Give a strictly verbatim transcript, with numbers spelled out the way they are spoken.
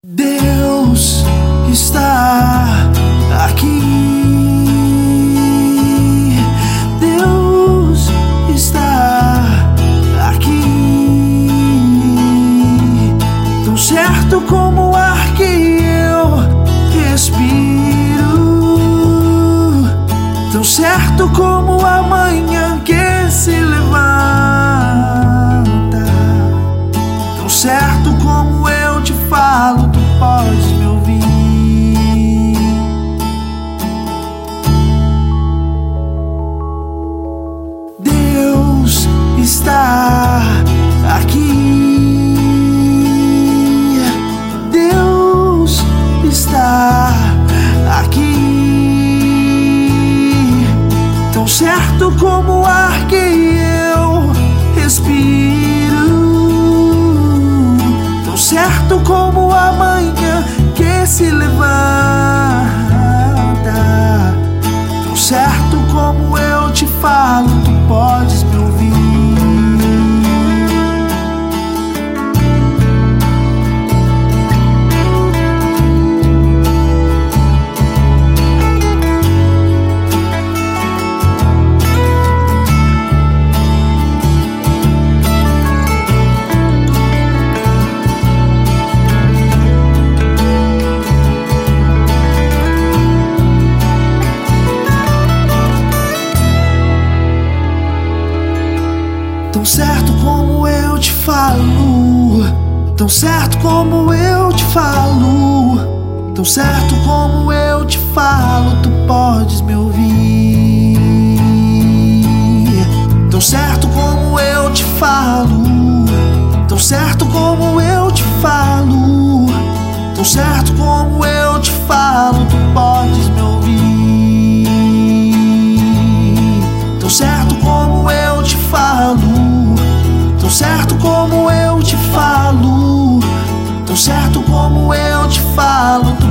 Deus está aqui. Deus está aqui. Tão certo como o ar que eu respiro, tão certo como a manhã que se levanta, tão certo como eu te falo, tu podes me ouvir. Deus está aqui. Deus está aqui. Tão certo como o ar que eu respiro, tão certo como a manhã que se levanta, tão certo como eu te falo, tu podes me ouvir. Tão certo como eu te falo, tão certo como eu te falo, tão certo como eu te falo, tu podes me ouvir. Tão certo como eu te falo, tão certo como eu te falo, tão certo como eu te falo, tu podes me ouvir. Tão certo como eu te falo, tão certo como eu te falo, tão certo como eu te falo, tu